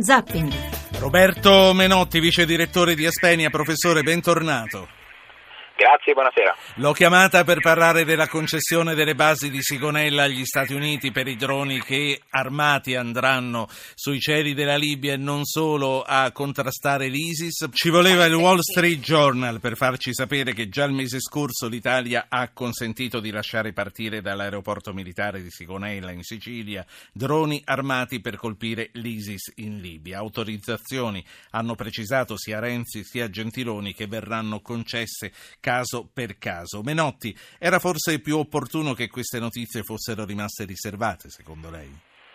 Zapping. Roberto Menotti, vice direttore di Aspenia, professore, bentornato. Grazie, buonasera. L'ho chiamata per parlare della concessione delle basi di Sigonella agli Stati Uniti per i droni che armati andranno sui cieli della Libia e non solo a contrastare l'ISIS. Ci voleva il Wall Street Journal per farci sapere che già il mese scorso l'Italia ha consentito di lasciare partire dall'aeroporto militare di Sigonella in Sicilia droni armati per colpire l'ISIS in Libia. Autorizzazioni, hanno precisato sia Renzi sia Gentiloni, che verranno concesse caso per caso. Menotti, era forse più opportuno che queste notizie fossero rimaste riservate, secondo lei?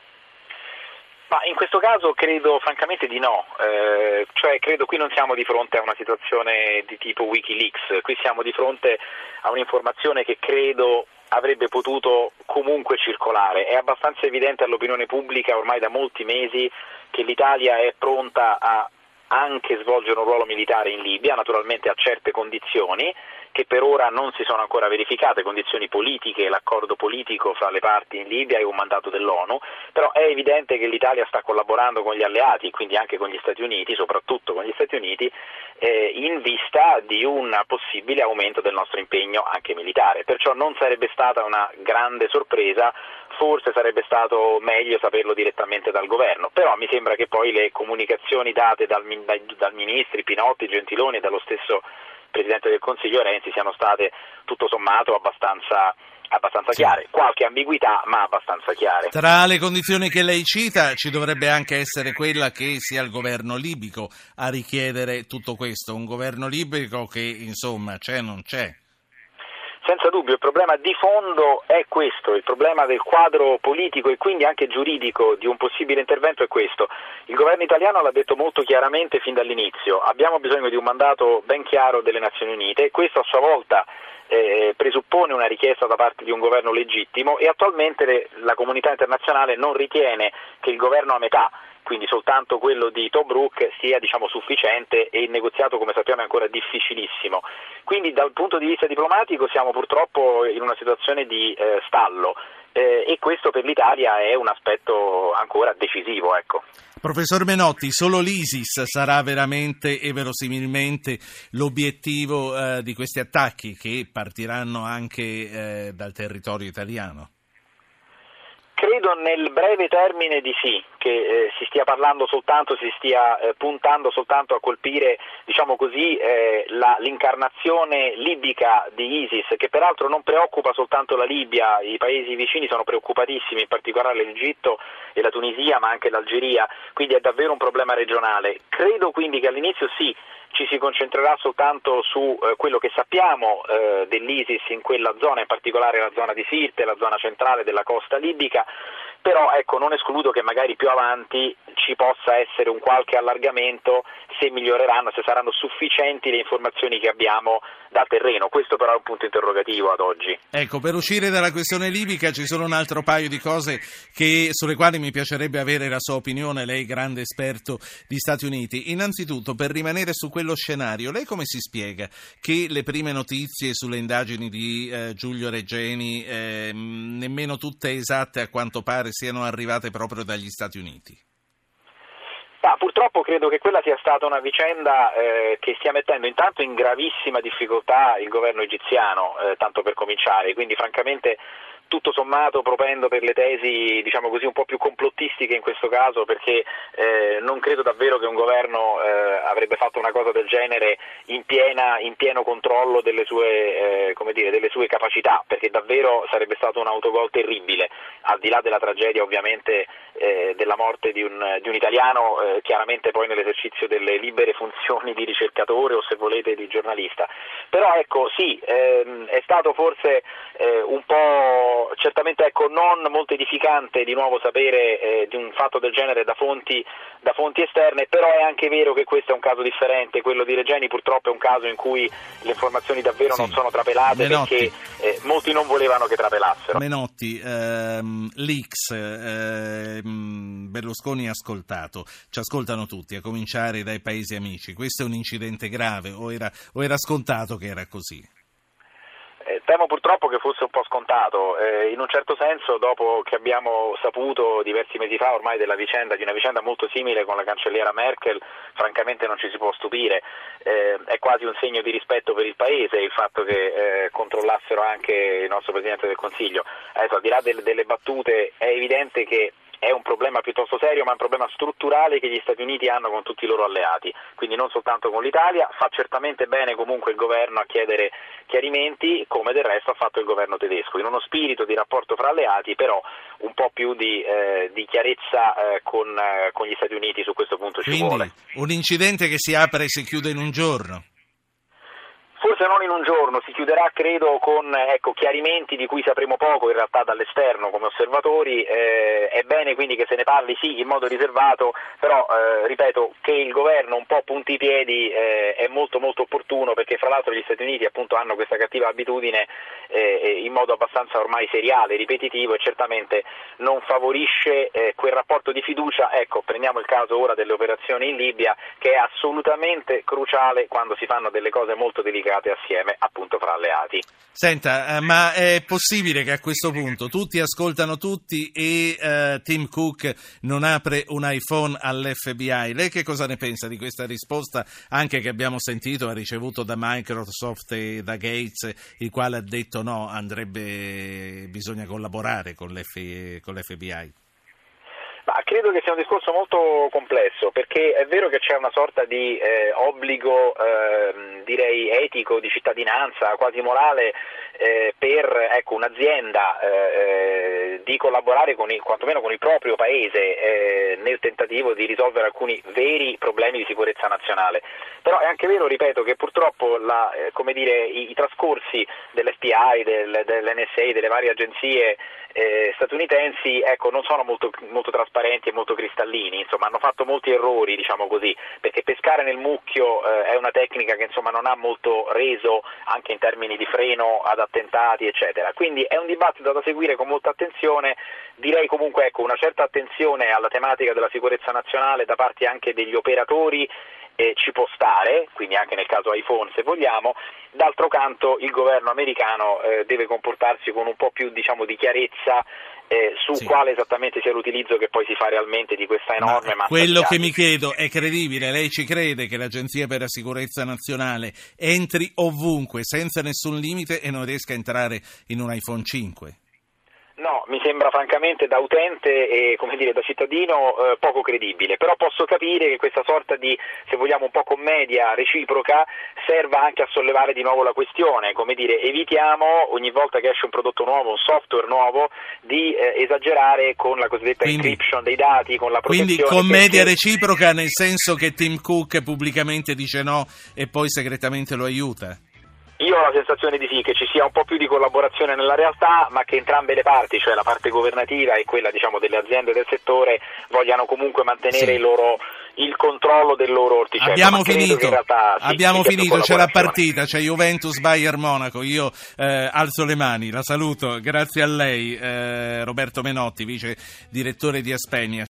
Ma in questo caso credo francamente di no, credo qui non siamo di fronte a una situazione di tipo Wikileaks, qui siamo di fronte a un'informazione che credo avrebbe potuto comunque circolare. È abbastanza evidente all'opinione pubblica ormai da molti mesi che l'Italia è pronta a anche svolgere un ruolo militare in Libia, naturalmente a certe condizioni che per ora non si sono ancora verificate, condizioni politiche, l'accordo politico fra le parti in Libia e un mandato dell'ONU, però è evidente che l'Italia sta collaborando con gli alleati, quindi anche con gli Stati Uniti, soprattutto con gli Stati Uniti, in vista di un possibile aumento del nostro impegno anche militare, perciò non sarebbe stata una grande sorpresa. Forse sarebbe stato meglio saperlo direttamente dal governo, però mi sembra che poi le comunicazioni date dal ministri Pinotti, Gentiloni e dallo stesso Presidente del Consiglio Renzi siano state tutto sommato abbastanza chiare, qualche ambiguità ma abbastanza chiare. Tra le condizioni che lei cita ci dovrebbe anche essere quella che sia il governo libico a richiedere tutto questo, un governo libico che insomma c'è o non c'è. Senza dubbio, il problema di fondo è questo, il problema del quadro politico e quindi anche giuridico di un possibile intervento è questo. Il governo italiano l'ha detto molto chiaramente fin dall'inizio, abbiamo bisogno di un mandato ben chiaro delle Nazioni Unite e questo a sua volta presuppone una richiesta da parte di un governo legittimo e attualmente la comunità internazionale non ritiene che il governo a metà, quindi soltanto quello di Tobruk, sia sufficiente e il negoziato, come sappiamo, è ancora difficilissimo. Quindi dal punto di vista diplomatico siamo purtroppo in una situazione di stallo e questo per l'Italia è un aspetto ancora decisivo, ecco. Professor Menotti, solo l'ISIS sarà veramente e verosimilmente l'obiettivo di questi attacchi che partiranno anche dal territorio italiano? Credo nel breve termine di sì, che si stia parlando soltanto, si stia puntando soltanto a colpire, l'incarnazione libica di ISIS, che peraltro non preoccupa soltanto la Libia, i paesi vicini sono preoccupatissimi, in particolare l'Egitto e la Tunisia, ma anche l'Algeria, quindi è davvero un problema regionale. Credo quindi che all'inizio sì, ci si concentrerà soltanto su quello che sappiamo dell'ISIS in quella zona, in particolare la zona di Sirte, la zona centrale della costa libica, però non escludo che magari più avanti ci possa essere un qualche allargamento se miglioreranno, se saranno sufficienti le informazioni che abbiamo dal terreno. Questo però è un punto interrogativo ad oggi. Ecco, per uscire dalla questione libica ci sono un altro paio di cose sulle quali mi piacerebbe avere la sua opinione, lei grande esperto di Stati Uniti. Innanzitutto, per rimanere su quello scenario, lei come si spiega che le prime notizie sulle indagini di Giulio Regeni, nemmeno tutte esatte a quanto pare, siano arrivate proprio dagli Stati Uniti? Purtroppo credo che quella sia stata una vicenda che stia mettendo intanto in gravissima difficoltà il governo egiziano, tanto per cominciare, quindi francamente tutto sommato propendo per le tesi un po' più complottistiche in questo caso, perché non credo davvero che un governo avrebbe fatto una cosa del genere in pieno controllo delle sue capacità, perché davvero sarebbe stato un autogol terribile, al di là della tragedia ovviamente della morte di un italiano, chiaramente poi nell'esercizio delle libere funzioni di ricercatore o se volete di giornalista. Però sì, è stato forse un po' certamente non molto edificante di nuovo sapere di un fatto del genere da fonti esterne, però è anche vero che questo è un caso differente, quello di Regeni purtroppo è un caso in cui le informazioni davvero non sono trapelate. Menotti, perché molti non volevano che trapelassero. Menotti, leaks, Berlusconi ascoltato, ci ascoltano tutti, a cominciare dai paesi amici. Questo è un incidente grave o era scontato che era così? Temo purtroppo che fosse un po' scontato, in un certo senso dopo che abbiamo saputo diversi mesi fa ormai di una vicenda molto simile con la cancelliera Merkel, francamente non ci si può stupire, è quasi un segno di rispetto per il Paese il fatto che controllassero anche il nostro Presidente del Consiglio. Adesso al di là delle battute è evidente che è un problema piuttosto serio, ma è un problema strutturale che gli Stati Uniti hanno con tutti i loro alleati, quindi non soltanto con l'Italia. Fa certamente bene comunque il governo a chiedere chiarimenti, come del resto ha fatto il governo tedesco, in uno spirito di rapporto fra alleati, però un po' più di chiarezza con gli Stati Uniti su questo punto ci vuole. Quindi un incidente che si apre e si chiude in un giorno. Forse non in un giorno, si chiuderà credo con chiarimenti di cui sapremo poco in realtà dall'esterno come osservatori, è bene quindi che se ne parli sì in modo riservato, però ripeto che il governo un po' punti i piedi è molto molto opportuno, perché fra l'altro gli Stati Uniti appunto hanno questa cattiva abitudine in modo abbastanza ormai seriale, ripetitivo, e certamente non favorisce quel rapporto di fiducia. Prendiamo il caso ora delle operazioni in Libia, che è assolutamente cruciale quando si fanno delle cose molto delicate assieme appunto fra alleati. Senta, ma è possibile che a questo punto tutti ascoltano tutti e Tim Cook non apre un iPhone all'FBI? Lei che cosa ne pensa di questa risposta anche che abbiamo sentito ha ricevuto da Microsoft e da Gates, il quale ha detto no, bisogna collaborare con l'FBI? Ma credo che sia un discorso molto complesso, perché è vero che c'è una sorta di obbligo direi etico, di cittadinanza, quasi morale per un'azienda di collaborare quantomeno con il proprio paese nel tentativo di risolvere alcuni veri problemi di sicurezza nazionale. Però è anche vero, ripeto, che purtroppo i trascorsi dell'FBI, dell'NSA, delle varie agenzie statunitensi non sono molto, molto trasparenti e molto cristallini, insomma hanno fatto molti errori, diciamo così, perché pescare nel mucchio è una tecnica che insomma non ha molto reso anche in termini di freno ad attentati eccetera, quindi è un dibattito da seguire con molta attenzione. Direi comunque una certa attenzione alla tematica della sicurezza nazionale da parte anche degli operatori ci può stare, quindi anche nel caso iPhone se vogliamo. D'altro canto il governo americano deve comportarsi con un po' più di chiarezza su quale esattamente sia l'utilizzo che poi si fa realmente di questa enorme massa. Quello che mi chiedo è credibile, lei ci crede che l'Agenzia per la Sicurezza Nazionale entri ovunque senza nessun limite e non riesca a entrare in un iPhone 5? No, mi sembra francamente da utente e da cittadino poco credibile, però posso capire che questa sorta di, se vogliamo, un po' commedia reciproca serva anche a sollevare di nuovo la questione, evitiamo ogni volta che esce un prodotto nuovo, un software nuovo, di esagerare con la cosiddetta encryption dei dati, con la protezione. Quindi commedia reciproca nel senso che Tim Cook pubblicamente dice no e poi segretamente lo aiuta? Io ho la sensazione di sì, che ci sia un po' più di collaborazione nella realtà, ma che entrambe le parti, cioè la parte governativa e quella delle aziende del settore, vogliano comunque mantenere il controllo del loro orticello. Abbiamo finito, c'è la partita, c'è Juventus-Bayern Monaco, io alzo le mani, la saluto, grazie a lei Roberto Menotti, vice direttore di Aspenia.